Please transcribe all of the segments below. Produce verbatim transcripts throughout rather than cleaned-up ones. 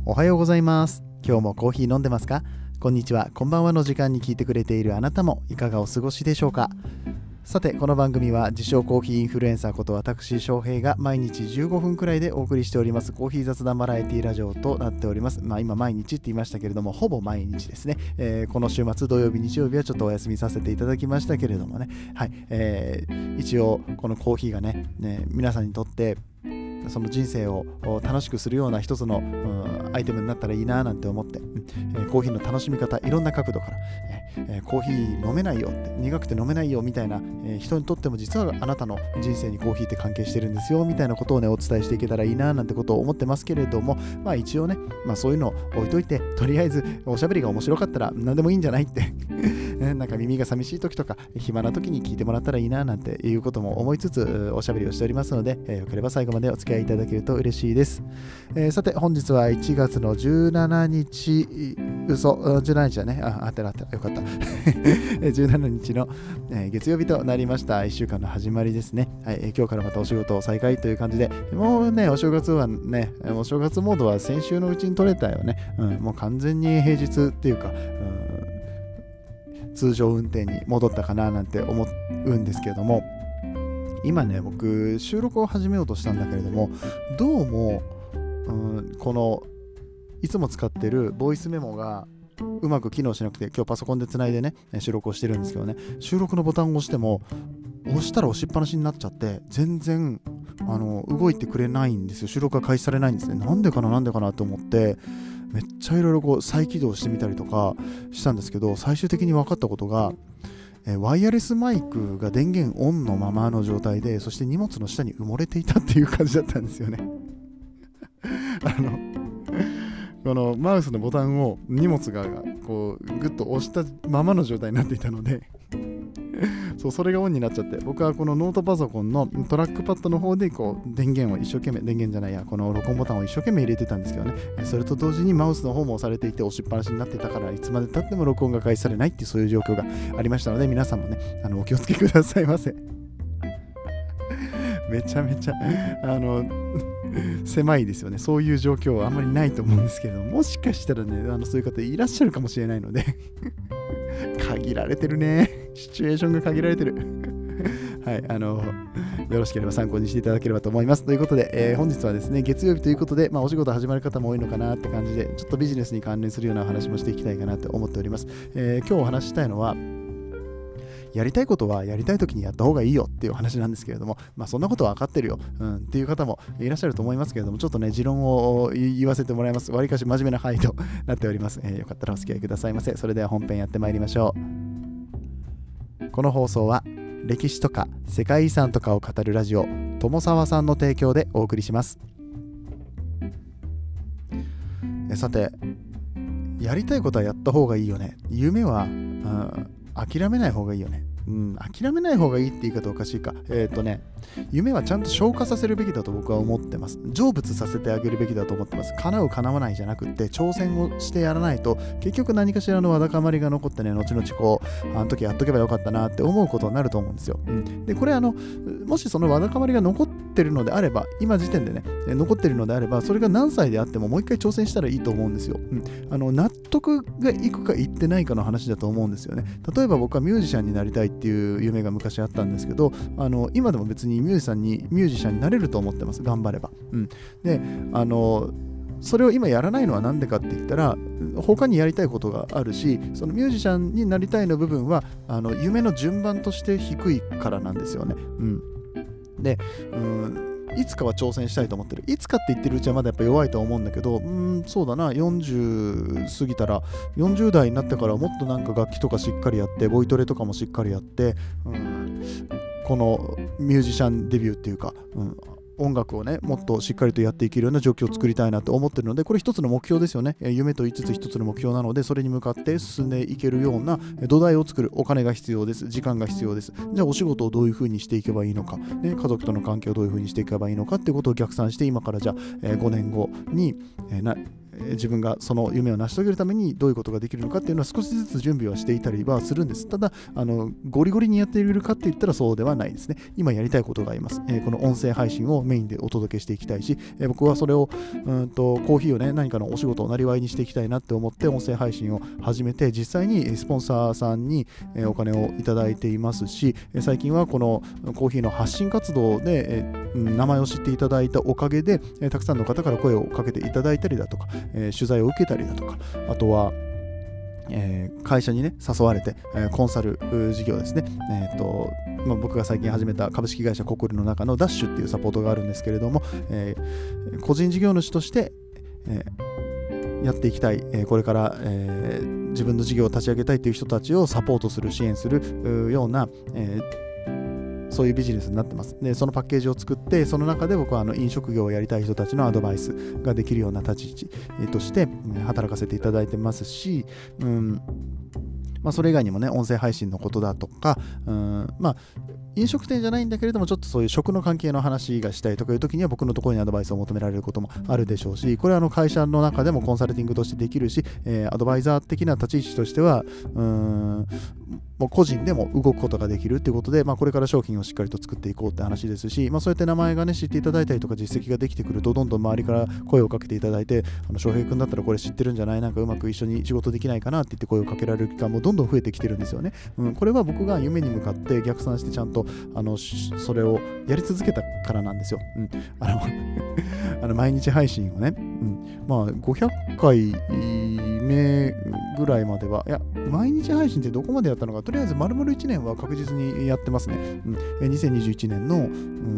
おはようございます。今日もコーヒー飲んでますか？こんにちは、こんばんはの時間に聞いてくれているあなたもいかがお過ごしでしょうか？さて、この番組は自称コーヒーインフルエンサーこと私翔平が毎日じゅうごふんくらいでお送りしておりますコーヒー雑談バラエティラジオとなっております。まあ今毎日って言いましたけれども、ほぼ毎日ですね、えー、この週末土曜日日曜日はちょっとお休みさせていただきましたけれどもね、はい、えー、一応このコーヒーがね、ね皆さんにとってその人生を楽しくするような一つの、うん、アイテムになったらいいななんて思って、うんえー、コーヒーの楽しみ方いろんな角度から、えー、コーヒー飲めないよって苦くて飲めないよみたいな、えー、人にとっても実はあなたの人生にコーヒーって関係してるんですよみたいなことをねお伝えしていけたらいいななんてことを思ってますけれども、まあ一応ね、まあ、そういうのを置いといてとりあえずおしゃべりが面白かったら何でもいいんじゃないってなんか耳が寂しい時とか暇な時に聞いてもらったらいいななんていうことも思いつつおしゃべりをしておりますので、えー、よければ最後までお付き合いいただけると嬉しいです。えー、さて本日はいちがつのじゅうしちにち嘘じゅうしちにちだねああったらあったよかったじゅうしちにちの、えー、月曜日となりました。いっしゅうかんの始まりですね。はい、えー、今日からまたお仕事再開という感じでもうねお正月はねお正月モードは先週のうちに取れたよね、うん、もう完全に平日っていうか、うん通常運転に戻ったかななんて思うんですけれども、今ね僕収録を始めようとしたんだけれどもどうも、うん、このいつも使ってるボイスメモがうまく機能しなくて、今日パソコンでつないでね収録をしてるんですけどね、収録のボタンを押しても押したら押しっぱなしになっちゃって全然あの動いてくれないんですよ。収録が開始されないんですね。なんでかななんでかなと思ってめっちゃいろいろこう再起動してみたりとかしたんですけど、最終的に分かったことが、えワイヤレスマイクが電源オンのままの状態で、そして荷物の下に埋もれていたっていう感じだったんですよねあのこのマウスのボタンを荷物がこうグッと押したままの状態になっていたのでそうそれがオンになっちゃって、僕はこのノートパソコンのトラックパッドの方でこう電源を一生懸命電源じゃないやこの録音ボタンを一生懸命入れてたんですけどね、それと同時にマウスの方も押されていて押しっぱなしになっていたから、いつまで経っても録音が開始されないっていうそういう状況がありましたので、皆さんもねあのお気をつけくださいませめちゃめちゃあの狭いですよね。そういう状況はあんまりないと思うんですけれども、もしかしたらねあのそういう方いらっしゃるかもしれないので限られてるね、シチュエーションが限られてるはい、あのよろしければ参考にしていただければと思います。ということで、えー、本日はですね月曜日ということで、まあ、お仕事始まる方も多いのかなって感じで、ちょっとビジネスに関連するようなお話もしていきたいかなと思っております。えー、今日お話ししたいのは、やりたいことはやりたい時にやった方がいいよっていう話なんですけれども、まあそんなことは分かってるよ、うん、っていう方もいらっしゃると思いますけれども、ちょっとね持論を言わせてもらいます。わりかし真面目な範囲となっております。えー、よかったらお付き合いくださいませ。それでは本編やってまいりましょう。この放送は歴史とか世界遺産とかを語るラジオ友沢さんの提供でお送りします。えさて、やりたいことはやった方がいいよね、夢は、うん、諦めない方がいいよね、うん、諦めない方がいいって言い方おかしいか。えっとね夢はちゃんと消化させるべきだと僕は思ってます。成仏させてあげるべきだと思ってます。叶う叶わないじゃなくって挑戦をしてやらないと結局何かしらのわだかまりが残ってね、後々こうあの時やっとけばよかったなって思うことになると思うんですよ、うん、でこれあのもしそのわだかまりが残ってるのであれば、今時点でね残ってるのであれば、それが何歳であってももう一回挑戦したらいいと思うんですよ、うん、あの納得がいくかいってないかの話だと思うんですよね。例えば僕はミュージシャンになりたいっていう夢が昔あったんですけど、あの今でも別にミュージシャンにミュージシャンになれると思ってます。頑張れば、うん、であのそれを今やらないのはなんでかって言ったら、他にやりたいことがあるし、そのミュージシャンになりたいの部分はあの夢の順番として低いからなんですよね、うん、で、うんいつかは挑戦したいと思ってる。いつかって言ってるうちはまだやっぱ弱いと思うんだけど、うーんそうだな、よんじゅう過ぎたらよんじゅう代になってからもっとなんか楽器とかしっかりやって、ボイトレとかもしっかりやって、うんこのミュージシャンデビューっていうか、うん音楽をねもっとしっかりとやっていけるような状況を作りたいなと思ってるので、これ一つの目標ですよね。夢と言いつつ一つの目標なので、それに向かって進んでいけるような土台を作る。お金が必要です、時間が必要です。じゃあお仕事をどういう風にしていけばいいのか、ね、家族との関係をどういう風にしていけばいいのかっていうことを逆算して、今からじゃあごねんごにな自分がその夢を成し遂げるためにどういうことができるのかっていうのは少しずつ準備はしていたりはするんです。ただあのゴリゴリにやっているかって言ったらそうではないですね。今やりたいことがあります。えー、この音声配信をメインでお届けしていきたいし、えー、僕はそれをうんとコーヒーをね何かのお仕事をなりわいにしていきたいなって思って音声配信を始めて、実際にスポンサーさんにお金をいただいていますし、最近はこのコーヒーの発信活動で名前を知っていただいたおかげでたくさんの方から声をかけていただいたりだとか、取材を受けたりだとか、あとはえー、会社にね誘われて、えー、コンサル事業ですね、えーとまあ、僕が最近始めた株式会社ココルの中のダッシュっていうサポートがあるんですけれども、えー、個人事業主として、えー、やっていきたい、えー、これから、えー、自分の事業を立ち上げたいという人たちをサポートする支援するような、えーそういうビジネスになってます。で、そのパッケージを作って、その中で僕はあの飲食業をやりたい人たちのアドバイスができるような立ち位置、えー、として働かせていただいてますし、うんまあ、それ以外にもね、音声配信のことだとか、うんまあ、飲食店じゃないんだけれども、ちょっとそういう食の関係の話がしたいとかいう時には僕のところにアドバイスを求められることもあるでしょうし、これはあの会社の中でもコンサルティングとしてできるし、えー、アドバイザー的な立ち位置としては、うーんもう個人でも動くことができるっていうことで、まあ、これから商品をしっかりと作っていこうって話ですし、まあ、そうやって名前がね知っていただいたりとか実績ができてくると、どんどん周りから声をかけていただいて、あの翔平君だったらこれ知ってるんじゃない、なんかうまく一緒に仕事できないかなって言って声をかけられる期間もどんどん増えてきてるんですよね。うん、これは僕が夢に向かって逆算してちゃんとあのそれをやり続けたからなんですよ。うん、あのあの毎日配信をね、うん、まあごひゃっかいめぐらいまでは、いや毎日配信ってどこまでやったのか、とりあえず丸々いちねんは確実にやってますね。うん、にせんにじゅういちねんの、うん、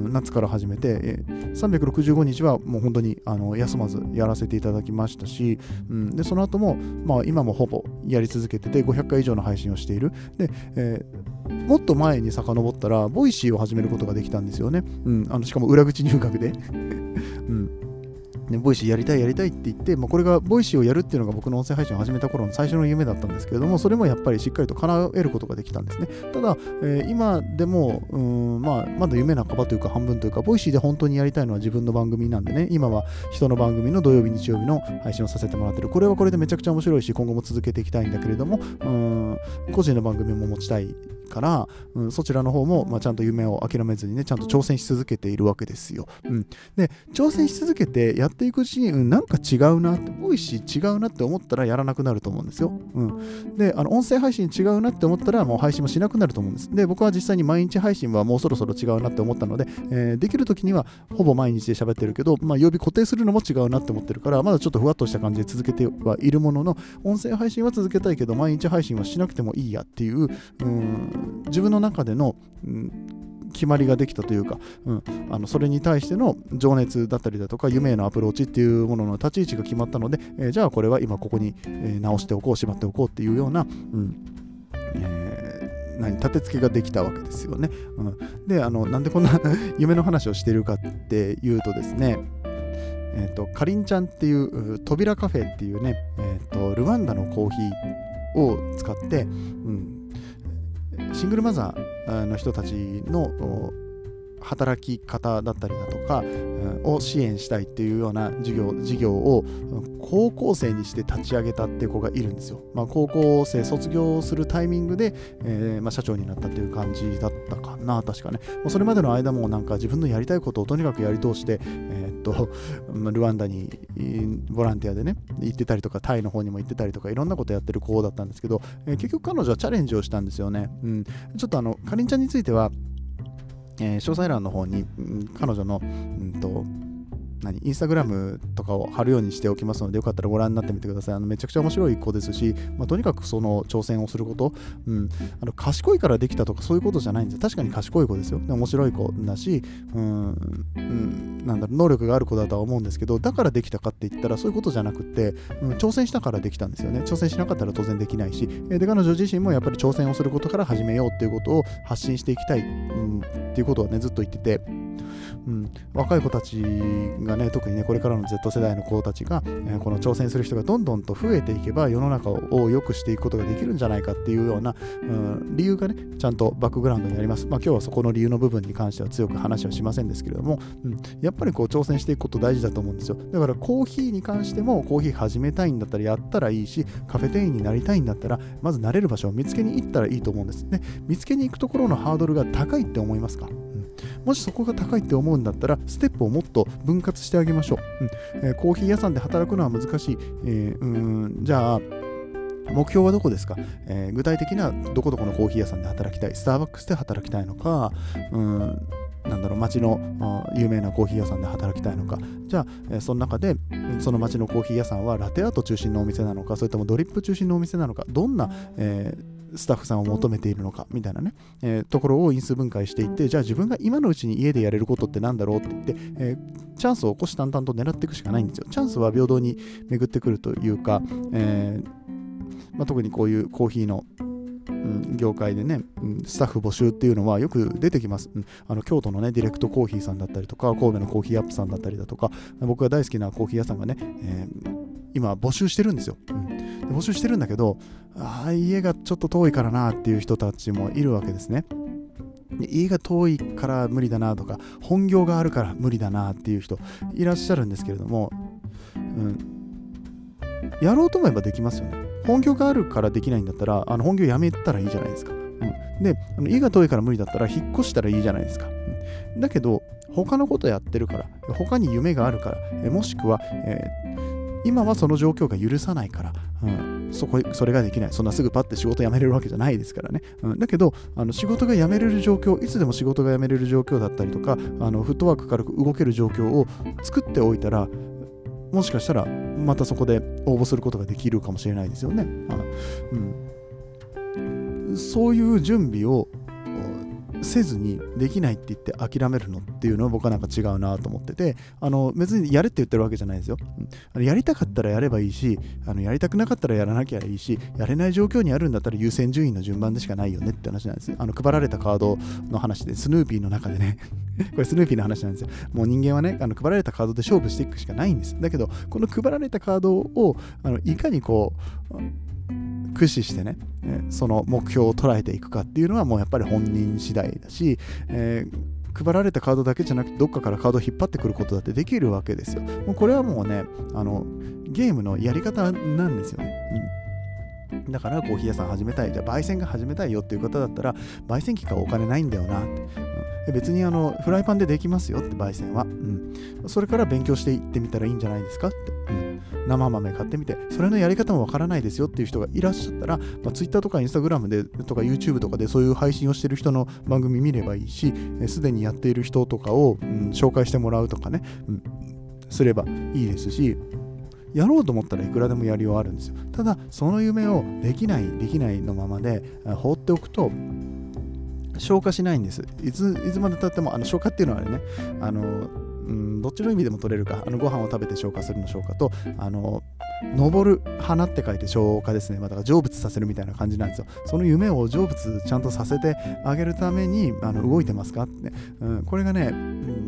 夏から始めて、さんびゃくろくじゅうごにちはもう本当にあの休まずやらせていただきましたし、うん、でその後も、まあ、今もほぼやり続けててごひゃっかい以上の配信をしている。で、えー、もっと前に遡ったらボイシーを始めることができたんですよね。うん、あのしかも裏口入学で、うんね、ボイシーやりたいやりたいって言って、まあ、これがボイシーをやるっていうのが僕の音声配信を始めた頃の最初の夢だったんですけれども、それもやっぱりしっかりと叶えることができたんですね。ただ、えー、今でもうーん、まあ、まだ夢半ばというか半分というか、ボイシーで本当にやりたいのは自分の番組なんでね、今は人の番組の土曜日日曜日の配信をさせてもらってる。これはこれでめちゃくちゃ面白いし、今後も続けていきたいんだけれども、うーん個人の番組も持ちたいから、うん、そちらの方も、まあ、ちゃんと夢を諦めずにね、ちゃんと挑戦し続けているわけですよ。うん、で挑戦し続けてやっていくうちに、うん、なんか違うなって、ボイシー違うなって思ったらやらなくなると思うんですよ。うん、であの音声配信違うなって思ったらもう配信もしなくなると思うんです。で僕は実際に毎日配信はもうそろそろ違うなって思ったので、えー、できる時にはほぼ毎日で喋ってるけど、まあ、曜日固定するのも違うなって思ってるから、まだちょっとふわっとした感じで続けてはいるものの、音声配信は続けたいけど毎日配信はしなくてもいいやっていう、うん、自分の中での、うん、決まりができたというか、うん、あのそれに対しての情熱だったりだとか夢へのアプローチっていうものの立ち位置が決まったので、えー、じゃあこれは今ここに、えー、直しておこう、しまっておこうっていうような、うんえー、何立て付けができたわけですよね。うん、であのなんでこんな夢の話をしているかっていうとですね、えーと、かりんちゃんっていう扉カフェっていうね、えーと、ルワンダのコーヒーを使って、うんシングルマザーの人たちの働き方だったりだとかを支援したいっていうような事業、事業を高校生にして立ち上げたっていう子がいるんですよ。まあ、高校生卒業するタイミングで、えーまあ、社長になったっていう感じだったかな、確かね。もうそれまでの間もなんか自分のやりたいことをとにかくやり通して、えー、っとルワンダにボランティアでね行ってたりとか、タイの方にも行ってたりとか、いろんなことやってる子だったんですけど、えー、結局彼女はチャレンジをしたんですよね。うん、ちょっとあのかりんちゃんについてはえー、詳細欄の方に、うん、彼女の、うんと、何インスタグラムとかを貼るようにしておきますので、よかったらご覧になってみてください。あのめちゃくちゃ面白い子ですし、まあ、とにかくその挑戦をすること、うん、あの賢いからできたとかそういうことじゃないんですよ。確かに賢い子ですよ。で面白い子だし、うん、うん、なんだろう、能力がある子だとは思うんですけど、だからできたかって言ったらそういうことじゃなくて、うん、挑戦したからできたんですよね。挑戦しなかったら当然できないし、で彼女自身もやっぱり挑戦をすることから始めようっていうことを発信していきたい、うん、っていうことはねずっと言ってて、 うん、若い子たちがね、特にねこれからの Z 世代の子たちが、えー、この挑戦する人がどんどんと増えていけば世の中を良くしていくことができるんじゃないかっていうような、うん、理由がねちゃんとバックグラウンドにあります。まあ今日はそこの理由の部分に関しては強く話はしませんですけれども、うん、やっぱりこう挑戦していくこと大事だと思うんですよ。だからコーヒーに関してもコーヒー始めたいんだったらやったらいいし、カフェ店員になりたいんだったらまず慣れる場所を見つけに行ったらいいと思うんですね。見つけに行くところのハードルが高いって思いますか？うん、もしそこが高いって思うんだったらステップをもっと分割してあげましょう。うんえー、コーヒー屋さんで働くのは難しい。えー、うーんじゃあ目標はどこですか？えー、具体的などこどこのコーヒー屋さんで働きたい、スターバックスで働きたいのか、うーんなんだろう街の有名なコーヒー屋さんで働きたいのか、じゃあ、えー、その中でその街のコーヒー屋さんはラテアート中心のお店なのか、それともドリップ中心のお店なのか、どんな、えースタッフさんを求めているのかみたいなね、えー、ところを因数分解していって、じゃあ自分が今のうちに家でやれることってなんだろうって言って、えー、チャンスを起こし淡々と狙っていくしかないんですよ。チャンスは平等に巡ってくるというか、えーまあ、特にこういうコーヒーのうん、業界でね、うん、スタッフ募集っていうのはよく出てきます。うん、あの京都のねディレクトコーヒーさんだったりとか、神戸のコーヒーアップさんだったりだとか、僕が大好きなコーヒー屋さんがね、えー、今募集してるんですよ。うん、で募集してるんだけど、あ家がちょっと遠いからなっていう人たちもいるわけですね。で家が遠いから無理だなとか、本業があるから無理だなっていう人いらっしゃるんですけれども、うん、やろうと思えばできますよね。本業があるからできないんだったら、あの本業やめたらいいじゃないですか。うん、で、あの家が遠いから無理だったら引っ越したらいいじゃないですか。うん、だけど、他のことやってるから、他に夢があるから、えもしくは、えー、今はその状況が許さないから、うん、そこそれができない。そんなすぐパッて仕事辞めれるわけじゃないですからね。うん、だけど、あの仕事が辞めれる状況、いつでも仕事が辞めれる状況だったりとか、あのフットワーク軽く動ける状況を作っておいたら、もしかしたらまたそこで応募することができるかもしれないですよね。うん、そういう準備をせずにできないって言って諦めるのっていうのは僕はなんか違うなと思ってて、あの別にやれって言ってるわけじゃないですよ。うん、あのやりたかったらやればいいし、あのやりたくなかったらやらなきゃいいし、やれない状況にあるんだったら優先順位の順番でしかないよねって話なんです。あの配られたカードの話で、スヌーピーの中でねこれスヌーピーの話なんですよ。もう人間はね、あの配られたカードで勝負していくしかないんです。だけどこの配られたカードをあのいかにこう駆使してね、その目標を捉えていくかっていうのはもうやっぱり本人次第だし、えー、配られたカードだけじゃなくてどっかからカードを引っ張ってくることだってできるわけですよ。もうこれはもうね、あのゲームのやり方なんですよね。うん、だからコーヒー屋さん始めたい、じゃあ焙煎が始めたいよっていう方だったら、焙煎機買うお金ないんだよなって、うん、別にあのフライパンでできますよって焙煎は、うん、それから勉強していってみたらいいんじゃないですかって、うん、生豆買ってみて、それのやり方もわからないですよっていう人がいらっしゃったら、まあ、Twitter とか Instagram でとか YouTube とかでそういう配信をしてる人の番組見ればいいし、すでにやっている人とかを、うん、紹介してもらうとかね、うん、すればいいですし、やろうと思ったらいくらでもやりようあるんですよ。ただその夢をできないできないのままで放っておくと消化しないんです。いついつまでたってもあの消化っていうのはあれね、あの、うん、どっちの意味でも取れるか、あのご飯を食べて消化するの消化と、あの登る花って書いて消化ですね。まあ、だから成仏させるみたいな感じなんですよ。その夢を成仏ちゃんとさせてあげるためにあの動いてますかって、ね、うん、これがね、うん、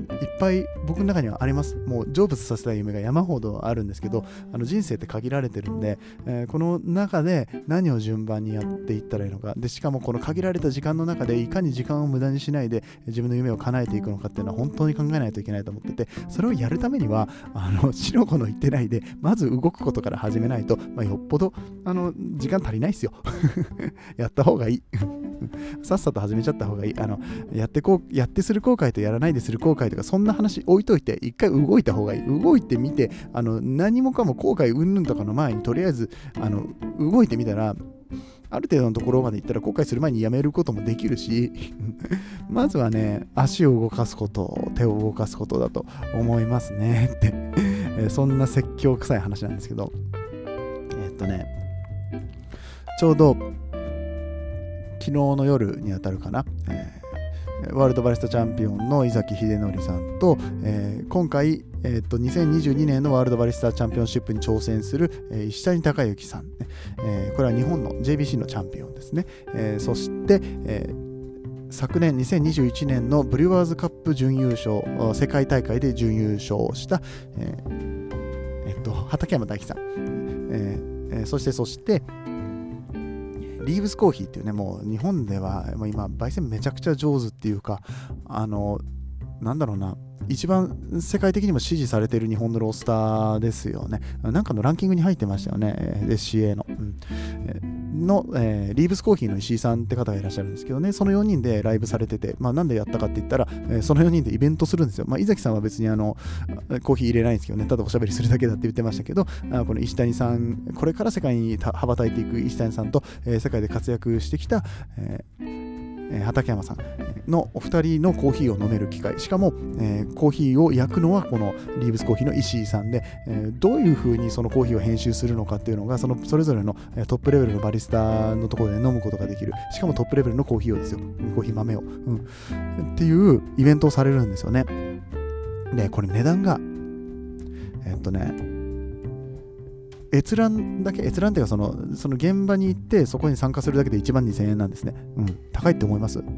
いっぱい僕の中にはあります。もう成仏させたい夢が山ほどあるんですけど、あの人生って限られてるんで、えー、この中で何を順番にやっていったらいいのかで、しかもこの限られた時間の中でいかに時間を無駄にしないで自分の夢を叶えていくのかっていうのは本当に考えないといけないと思ってて、それをやるためにはあの白子の言ってないでまず動くことから始めないと、まあ、よっぽどあの時間足りないですよやった方がいいさっさと始めちゃった方がいい。あのやってこうやってする後悔とやらないでする後悔とかそんな話置いといて、一回動いた方がいい。動いてみて、あの何もかも後悔うんぬんとかの前にとりあえずあの動いてみたら、ある程度のところまで行ったら後悔する前にやめることもできるしまずはね、足を動かすこと、手を動かすことだと思いますねってえそんな説教臭い話なんですけど、えー、っとねちょうど昨日の夜にあたるかな、えー、ワールドバリスタチャンピオンの井崎秀則さんと、えー、今回、えー、とにせんにじゅうにねんのワールドバリスタチャンピオンシップに挑戦する、えー、石谷貴之さん、ね、えー、これは日本の ジェービーシー のチャンピオンですね、えー、そして、えー昨年にせんにじゅういちねんのブリュワーズカップ準優勝、世界大会で準優勝した、えーえっと、畠山大樹さん、えーえー、そしてそしてリーブスコーヒーっていうね、もう日本ではもう今焙煎めちゃくちゃ上手っていうか、あのなんだろうな、一番世界的にも支持されている日本のロースターですよね。なんかのランキングに入ってましたよね、エスシーエー の、うんの、えー、リーブスコーヒーの石井さんって方がいらっしゃるんですけどね、そのよにんでライブされてて、まあ、なんでやったかって言ったら、えー、そのよにんでイベントするんですよ。まあ、井崎さんは別にあのコーヒー入れないんですけどね、ただおしゃべりするだけだって言ってましたけど、あこの石谷さん、これから世界に羽ばたいていく石谷さんと、えー、世界で活躍してきた、えーえー、畠山さんのお二人のコーヒーを飲める機会、しかも、えー、コーヒーを焼くのはこのリーブスコーヒーの石井さんで、えー、どういう風にそのコーヒーを編集するのかっていうのが、そのそれぞれの、えー、トップレベルのバリスタのところで飲むことができる、しかもトップレベルのコーヒーをですよ、コーヒー豆を、うん、っていうイベントをされるんですよね。でこれ値段がえっとね閲覧だけ、閲覧っていうかその、その現場に行ってそこに参加するだけでいちまんにせんえんなんですね。うん、高いって思います。うん、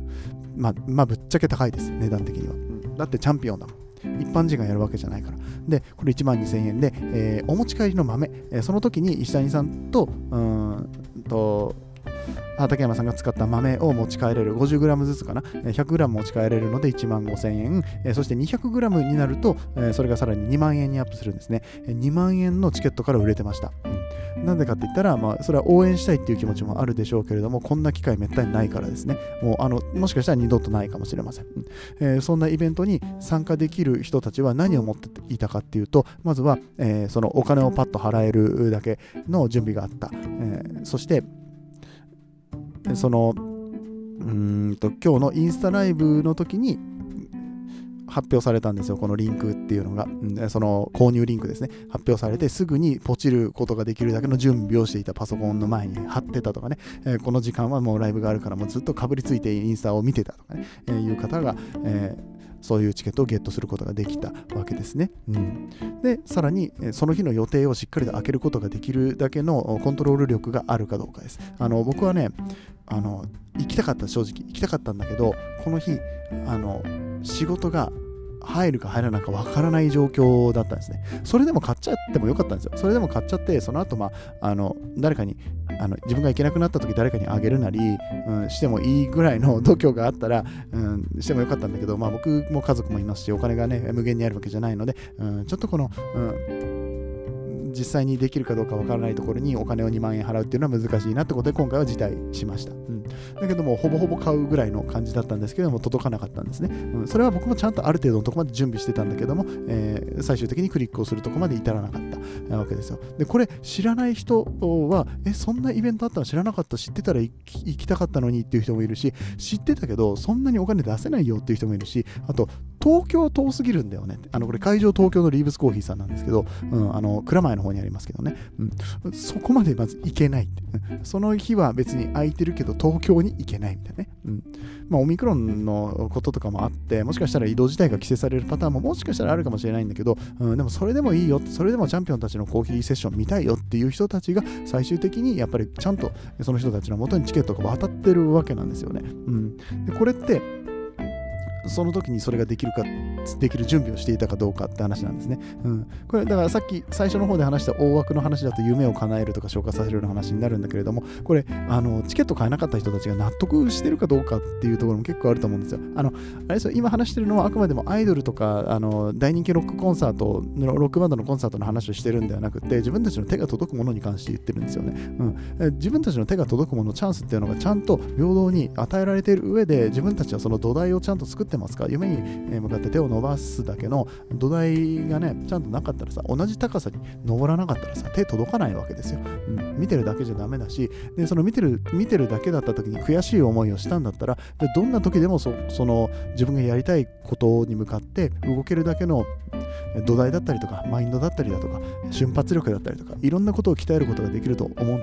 まあ、まあ、ぶっちゃけ高いです、値段的には。うん、だってチャンピオンだもん。一般人がやるわけじゃないから。で、これいちまんにせんえんで、えー、お持ち帰りの豆、えー、その時に石谷さんと、うーんと、畠山さんが使った豆を持ち帰れる ごじゅうグラム ずつかな ひゃくグラム 持ち帰れるのでいちまんごせんえん、えー、そして にひゃくグラム になると、えー、それがさらににまんえんにアップするんですね。にまんえんのチケットから売れてました。うん、なんでかって言ったら、まあ、それは応援したいっていう気持ちもあるでしょうけれども、こんな機会めったにないからですね。もうあのもしかしたら二度とないかもしれません。うんえー、そんなイベントに参加できる人たちは何を持っていたかっていうと、まずは、えー、そのお金をパッと払えるだけの準備があった。えー、そしてそのうーんと今日のインスタライブの時に発表されたんですよ、このリンクっていうのが、うん、その購入リンクですね、発表されてすぐにポチることができるだけの準備をしていた、パソコンの前に貼ってたとかね、えー、この時間はもうライブがあるからもうずっとかぶりついてインスタを見てたとかね、えー、いう方が、えーそういうチケットをゲットすることができたわけですね。うん、で、さらにその日の予定をしっかりと開けることができるだけのコントロール力があるかどうかです。あの僕はね、あの行きたかった、正直行きたかったんだけど、この日あの仕事が入るか入らないかわからない状況だったんですね。それでも買っちゃってもよかったんですよ。それでも買っちゃって、その後、まあ、あの誰かにあの自分が行けなくなった時誰かにあげるなり、うん、してもいいぐらいの度胸があったら、うん、してもよかったんだけど、まあ、僕も家族もいますし、お金がね無限にあるわけじゃないので、うん、ちょっとこの、うん実際にできるかどうかわからないところにお金をにまんえん払うっていうのは難しいなってことで今回は辞退しました。うん、だけどもほぼほぼ買うぐらいの感じだったんですけども届かなかったんですね。うん、それは僕もちゃんとある程度のところまで準備してたんだけども、えー、最終的にクリックをするところまで至らなかったわけですよ。でこれ知らない人はえそんなイベントあったの知らなかった、知ってたら行き、行きたかったのにっていう人もいるし、知ってたけどそんなにお金出せないよっていう人もいるし、あと東京遠すぎるんだよね。あのこれ会場東京のリーブスコーヒーさんなんですけど、うん、あの蔵前の方にありますけどね、うん、そこまでまず行けないって、うん、その日は別に空いてるけど東京に行けないみたいなね、うんまあ、オミクロンのこととかもあって、もしかしたら移動自体が規制されるパターンももしかしたらあるかもしれないんだけど、うん、でもそれでもいいよ、それでもチャンピオンたちのコーヒーセッション見たいよっていう人たちが最終的にやっぱりちゃんとその人たちの元にチケットが渡ってるわけなんですよね。うん、でこれってその時にそれができるか、できる準備をしていたかどうかって話なんですね。うん、これだからさっき最初の方で話した大枠の話だと夢を叶えるとか消化させるような話になるんだけれども、これあのチケット買えなかった人たちが納得してるかどうかっていうところも結構あると思うんですよ。あのあれですよ、今話してるのはあくまでもアイドルとかあの大人気ロックコンサートのロックバンドのコンサートの話をしてるんではなくて、自分たちの手が届くものに関して言ってるんですよね。うん、自分たちの手が届くもの、チャンスっていうのがちゃんと平等に与えられている上で、自分たちはその土台をちゃんと作ってますか。夢に向かって手を伸ばすだけの土台がねちゃんとなかったらさ、同じ高さに登らなかったらさ手届かないわけですよ。うん、見てるだけじゃダメだし、でその見てる見てるだけだった時に悔しい思いをしたんだったら、でどんな時でも そ, その自分がやりたいことに向かって動けるだけの土台だったりとかマインドだったりだとか瞬発力だったりとかいろんなことを鍛えることができると思うんですよね。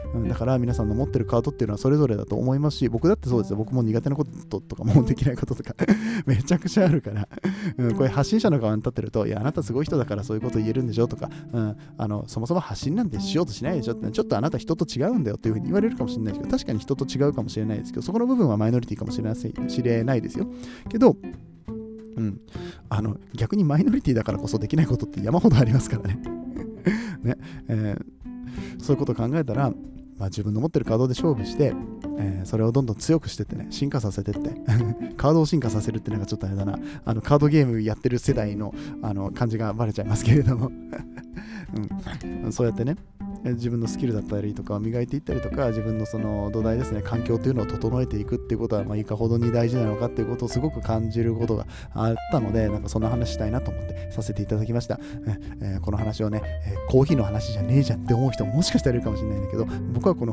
うん、だから皆さんの持ってるカードっていうのはそれぞれだと思いますし、僕だってそうですよ。僕も苦手なこととかもできないこととかめちゃくちゃあるから、うん、これ発信者の側に立ってると、いやあなたすごい人だからそういうこと言えるんでしょとか、うん、あのそもそも発信なんてしようとしないでしょって、ちょっとあなた人と違うんだよっていうふうに言われるかもしれないですけど、確かに人と違うかもしれないですけど、そこの部分はマイノリティかもしれない知れないですよ。けど、うん、あの逆にマイノリティだからこそできないことって山ほどありますからね。ね、えー、そういうことを考えたら、まあ、自分の持ってるカードで勝負して、えー、それをどんどん強くしてってね、進化させてってカードを進化させるってなんかちょっとあれだな、あのカードゲームやってる世代のあの感じがバレちゃいますけれども、うん、そうやってね、自分のスキルだったりとかを磨いていったりとか、自分のその土台ですね、環境というのを整えていくっていうことは、まあ、いかほどに大事なのかっていうことをすごく感じることがあったので、なんかそんな話したいなと思ってさせていただきました。えー、この話をね、えー、コーヒーの話じゃねえじゃんって思う人ももしかしたらいるかもしれないんだけど、僕はこの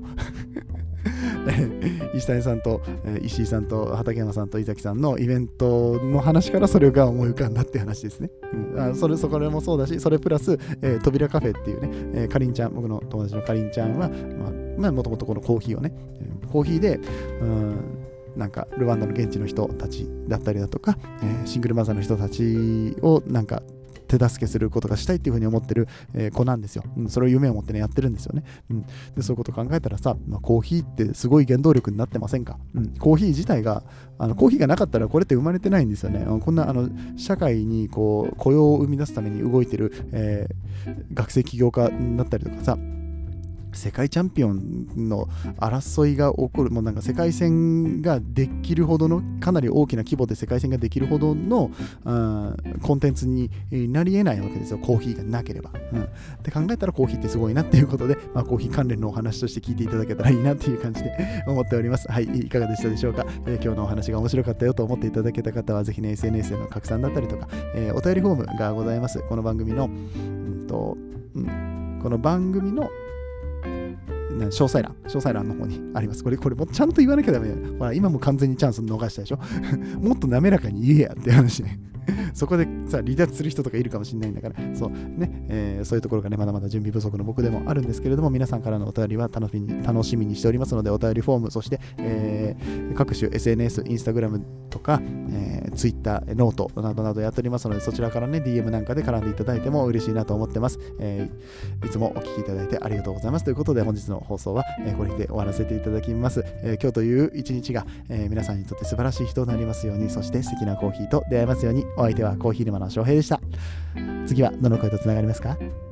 石谷さんと石井さんと畠山さんと井崎さんのイベントの話からそれが思い浮かんだって話ですね。うん、あそれそこもそうだし、それプラス、えー、扉カフェっていうね、えー、かりんちゃん、僕の友達のかりんちゃんは、まあ、もともとこのコーヒーをね、コーヒーで、うん、なんかルワンダの現地の人たちだったりだとか、えー、シングルマザーの人たちをなんか手助けすることがしたいっていうふうに思ってる、えー、子なんですよ、うん。それを夢を持ってねやってるんですよね。うん、でそういうことを考えたらさ、まあ、コーヒーってすごい原動力になってませんか？うん、コーヒー自体があのコーヒーがなかったらこれって生まれてないんですよね。こんなあの社会にこう雇用を生み出すために動いてる、えー、学生起業家になったりとかさ、世界チャンピオンの争いが起こる、もうなんか世界戦ができるほどの、かなり大きな規模で世界戦ができるほどのコンテンツになり得ないわけですよ、コーヒーがなければ。うん、って考えたらコーヒーってすごいなっていうことで、まあ、コーヒー関連のお話として聞いていただけたらいいなっていう感じで思っております。はい、いかがでしたでしょうか。えー、今日のお話が面白かったよと思っていただけた方は、ぜひね、エスエヌエス での拡散だったりとか、えー、お便りフォームがございます。この番組の、うんとうん、この番組の詳細欄、詳細欄の方にあります。これ、これもちゃんと言わなきゃダメだよ。ほら、今も完全にチャンス逃したでしょ。もっと滑らかに言えやって話ね。そこでさ、離脱する人とかいるかもしれないんだから、そうね、えー、そういうところがね、まだまだ準備不足の僕でもあるんですけれども、皆さんからのお便りは楽しみに、楽しみにしておりますので、お便りフォーム、そして、えー、各種 エスエヌエス、インスタグラムとか、えー、Twitter、ノートなどなどやっておりますので、そちらからね、ディーエム なんかで絡んでいただいても嬉しいなと思ってます。えー、いつもお聞きいただいてありがとうございます。ということで、本日の放送は、えー、これで終わらせていただきます。えー、今日という一日が、えー、皆さんにとって素晴らしい人になりますように、そして素敵なコーヒーと出会えますように。お相手はコーヒー沼の翔平でした。次はどの声とつながりますか？